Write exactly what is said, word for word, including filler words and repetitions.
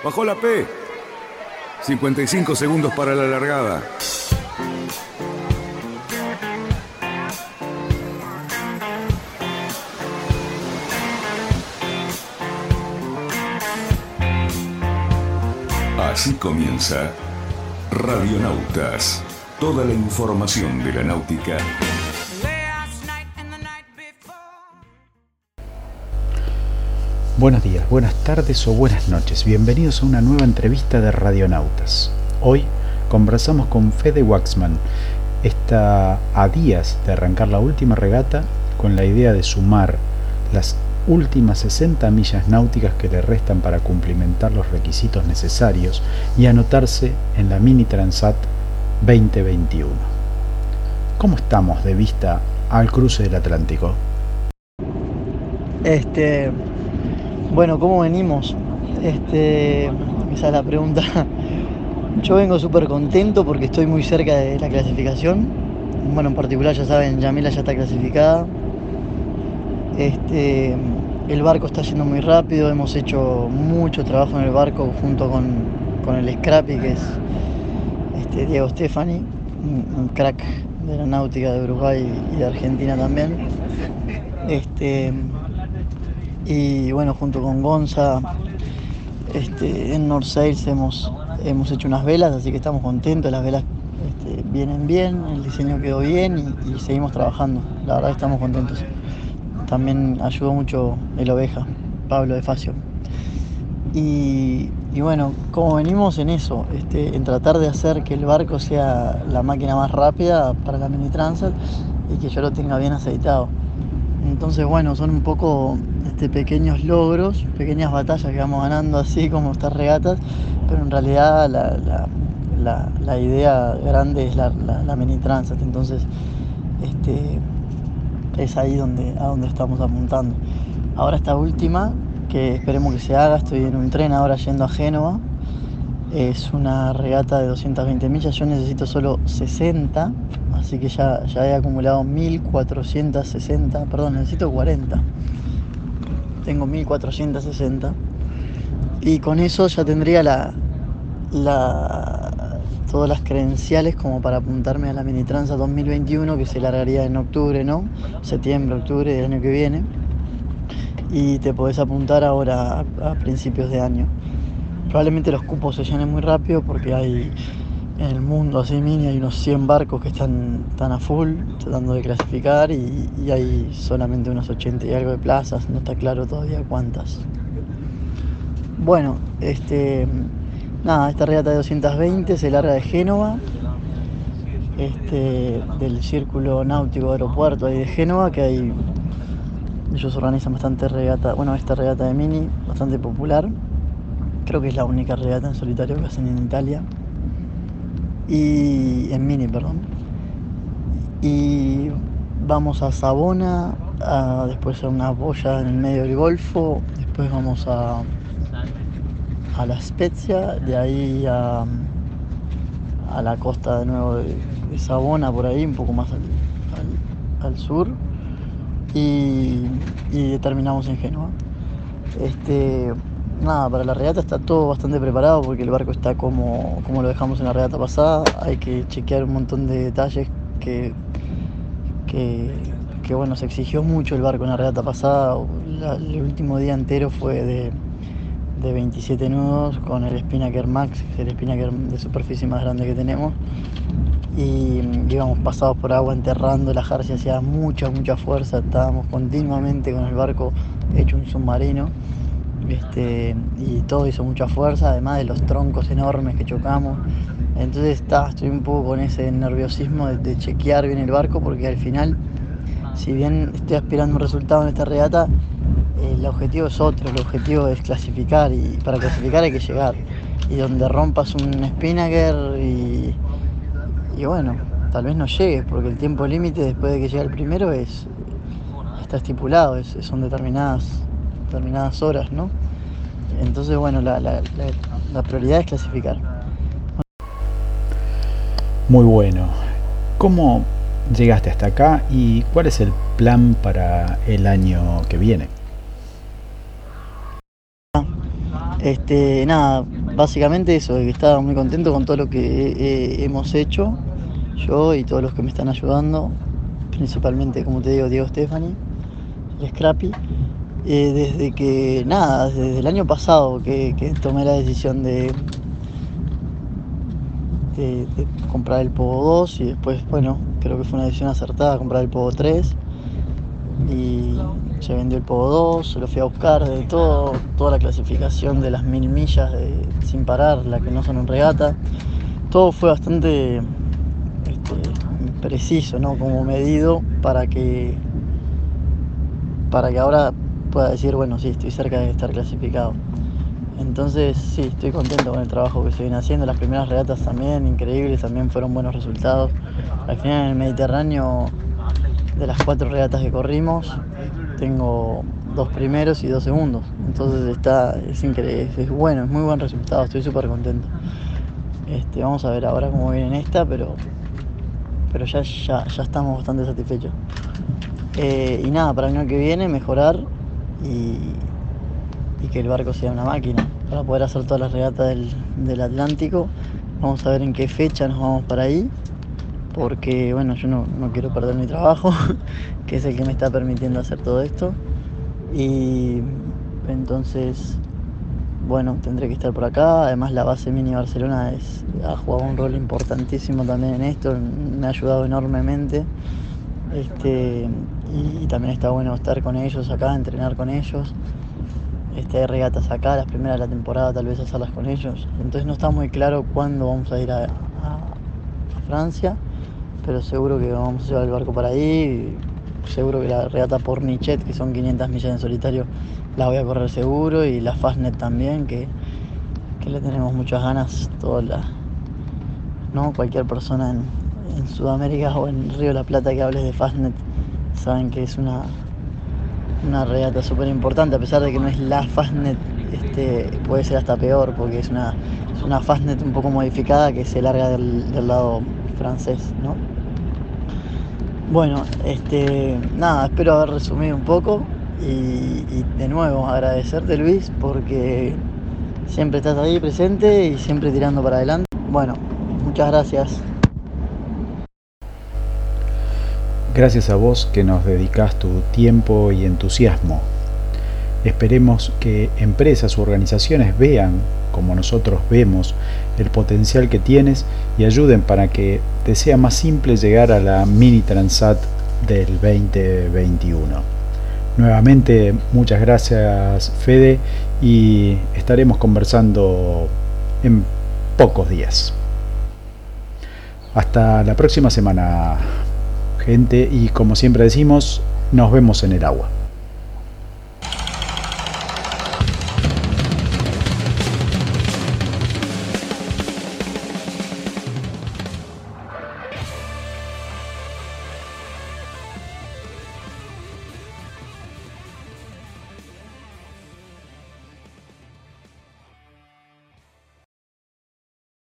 Bajó la P. cincuenta y cinco segundos para la largada. Así comienza Radionautas. Toda la información de la náutica. Buenos días, buenas tardes o buenas noches. Bienvenidos a una nueva entrevista de Radionautas. Hoy conversamos con Fede Waxman. Está a días de arrancar la última regata con la idea de sumar las últimas sesenta millas náuticas que le restan para cumplimentar los requisitos necesarios y anotarse en la Mini Transat veinte veintiuno. ¿Cómo estamos de vista al cruce del Atlántico? Este, bueno, ¿cómo venimos? Este, esa es la pregunta. Yo vengo súper contento porque estoy muy cerca de la clasificación. Bueno, en particular, ya saben, Yamila ya está clasificada. Este, el barco está yendo muy rápido, hemos hecho mucho trabajo en el barco junto con, con el Scrappy, que es este, Diego Stefani, un, un crack de la náutica de Uruguay y de Argentina también. Este, y bueno, junto con Gonza, este, en North Sails hemos, hemos hecho unas velas, así que estamos contentos, las velas este, vienen bien, el diseño quedó bien y, y seguimos trabajando, la verdad que estamos contentos. También ayudó mucho el Oveja, Pablo de Facio. Y, y bueno, como venimos en eso, este, en tratar de hacer que el barco sea la máquina más rápida para la Mini Transat y que yo lo tenga bien aceitado. Entonces, bueno, son un poco este, pequeños logros, pequeñas batallas que vamos ganando así como estas regatas, pero en realidad la, la, la, la idea grande es la, la, la Mini Transat. Entonces, este... es ahí donde, a donde estamos apuntando. Ahora esta última, que esperemos que se haga, estoy en un tren ahora yendo a Génova, es una regata de doscientas veinte millas, yo necesito solo sesenta, así que ya, ya he acumulado mil cuatrocientas sesenta, perdón, necesito cuarenta, tengo mil cuatrocientas sesenta, y con eso ya tendría la, la todas las credenciales como para apuntarme a la Mini Transat dos mil veintiuno, que se largaría en octubre, ¿no? Septiembre, octubre del año que viene. Y te podés apuntar ahora a, a principios de año. Probablemente los cupos se llenen muy rápido porque hay en el mundo así mini hay unos cien barcos que están, están a full tratando de clasificar y, y hay solamente unos ochenta y algo de plazas, no está claro todavía cuántas. Bueno, este... nada, esta regata de doscientas veinte se larga de Génova, este, del Círculo Náutico Aeropuerto ahí de Génova, que hay, ellos organizan bastante regata, bueno, esta regata de Mini, bastante popular, creo que es la única regata en solitario que hacen en Italia, y en Mini, perdón, y vamos a Savona, a, después a una boya en el medio del Golfo, después vamos a... a La Spezia, de ahí a, a la costa de nuevo de, de Savona, por ahí, un poco más al, al, al sur, y, y terminamos en Génova. Este, nada, para la regata está todo bastante preparado porque el barco está como, como lo dejamos en la regata pasada. Hay que chequear un montón de detalles que, que, que bueno, se exigió mucho el barco en la regata pasada. La, el último día entero fue de de veintisiete nudos con el Spinnaker Max, que es el Spinnaker de superficie más grande que tenemos, y íbamos pasados por agua enterrando la jarcia, hacía mucha mucha fuerza, estábamos continuamente con el barco hecho un submarino, este, y todo hizo mucha fuerza, además de los troncos enormes que chocamos. Entonces está, estoy un poco con ese nerviosismo de, de chequear bien el barco, porque al final, si bien estoy aspirando un resultado en esta regata, el objetivo es otro, el objetivo es clasificar, y para clasificar hay que llegar, y donde rompas un Spinnaker y, y bueno, tal vez no llegues, porque el tiempo límite después de que llega el primero es está estipulado, es, son determinadas, determinadas horas, ¿no? Entonces bueno, la, la, la, la prioridad es clasificar. Muy bueno. ¿Cómo llegaste hasta acá y cuál es el plan para el año que viene? Este, nada, básicamente eso, de que estaba muy contento con todo lo que eh, hemos hecho, yo y todos los que me están ayudando, principalmente, como te digo, Diego Stefani, el Scrappy, eh, desde que, nada, desde el año pasado que, que tomé la decisión de, de, de comprar el Pogo dos y después, bueno, creo que fue una decisión acertada comprar el Pogo tres y se vendió el Pogo dos, se lo fui a buscar de todo, toda la clasificación de las mil millas de, sin parar, las que no son en regata, todo fue bastante este, preciso, ¿no? Como medido para que para que ahora pueda decir, bueno, sí, estoy cerca de estar clasificado. Entonces, sí, estoy contento con el trabajo que se viene haciendo. Las primeras regatas también, increíbles, también fueron buenos resultados. Al final en el Mediterráneo, de las cuatro regatas que corrimos, tengo dos primeros y dos segundos. Entonces está, es increíble, es bueno, es muy buen resultado, estoy súper contento. Este, vamos a ver ahora cómo viene en esta, pero, pero ya, ya, ya estamos bastante satisfechos. Eh, y nada, para el año que viene mejorar y, y que el barco sea una máquina para poder hacer todas las regatas del, del Atlántico. Vamos a ver en qué fecha nos vamos para ahí, porque bueno, yo no, no quiero perder mi trabajo, que es el que me está permitiendo hacer todo esto. Y entonces, bueno, tendré que estar por acá. Además la base Mini Barcelona es, ha jugado un rol importantísimo también en esto, me ha ayudado enormemente. Este, y, y también está bueno estar con ellos acá, entrenar con ellos. Este, hay regatas acá, las primeras de la temporada tal vez hacerlas con ellos. Entonces no está muy claro cuándo vamos a ir a, a, a Francia, pero seguro que vamos a llevar el barco para ahí. Seguro que la regata por Nichet, que son quinientas millas en solitario, la voy a correr seguro, y la Fastnet también, que, que le tenemos muchas ganas. Toda la, ¿no? Cualquier persona en, en Sudamérica o en Río de la Plata que hables de Fastnet saben que es una, una regata súper importante, a pesar de que no es la Fastnet, este, puede ser hasta peor, porque es una, es una Fastnet un poco modificada que se larga del, del lado francés, ¿no? Bueno, este, nada, espero haber resumido un poco y, y de nuevo agradecerte, Luis, porque siempre estás ahí presente y siempre tirando para adelante. Bueno, muchas gracias. Gracias a vos que nos dedicás tu tiempo y entusiasmo. Esperemos que empresas u organizaciones vean, como nosotros vemos, el potencial que tienes y ayuden para que te sea más simple llegar a la Mini Transat del veinte veintiuno. Nuevamente, muchas gracias, Fede, y estaremos conversando en pocos días. Hasta la próxima semana, gente, y como siempre decimos, nos vemos en el agua.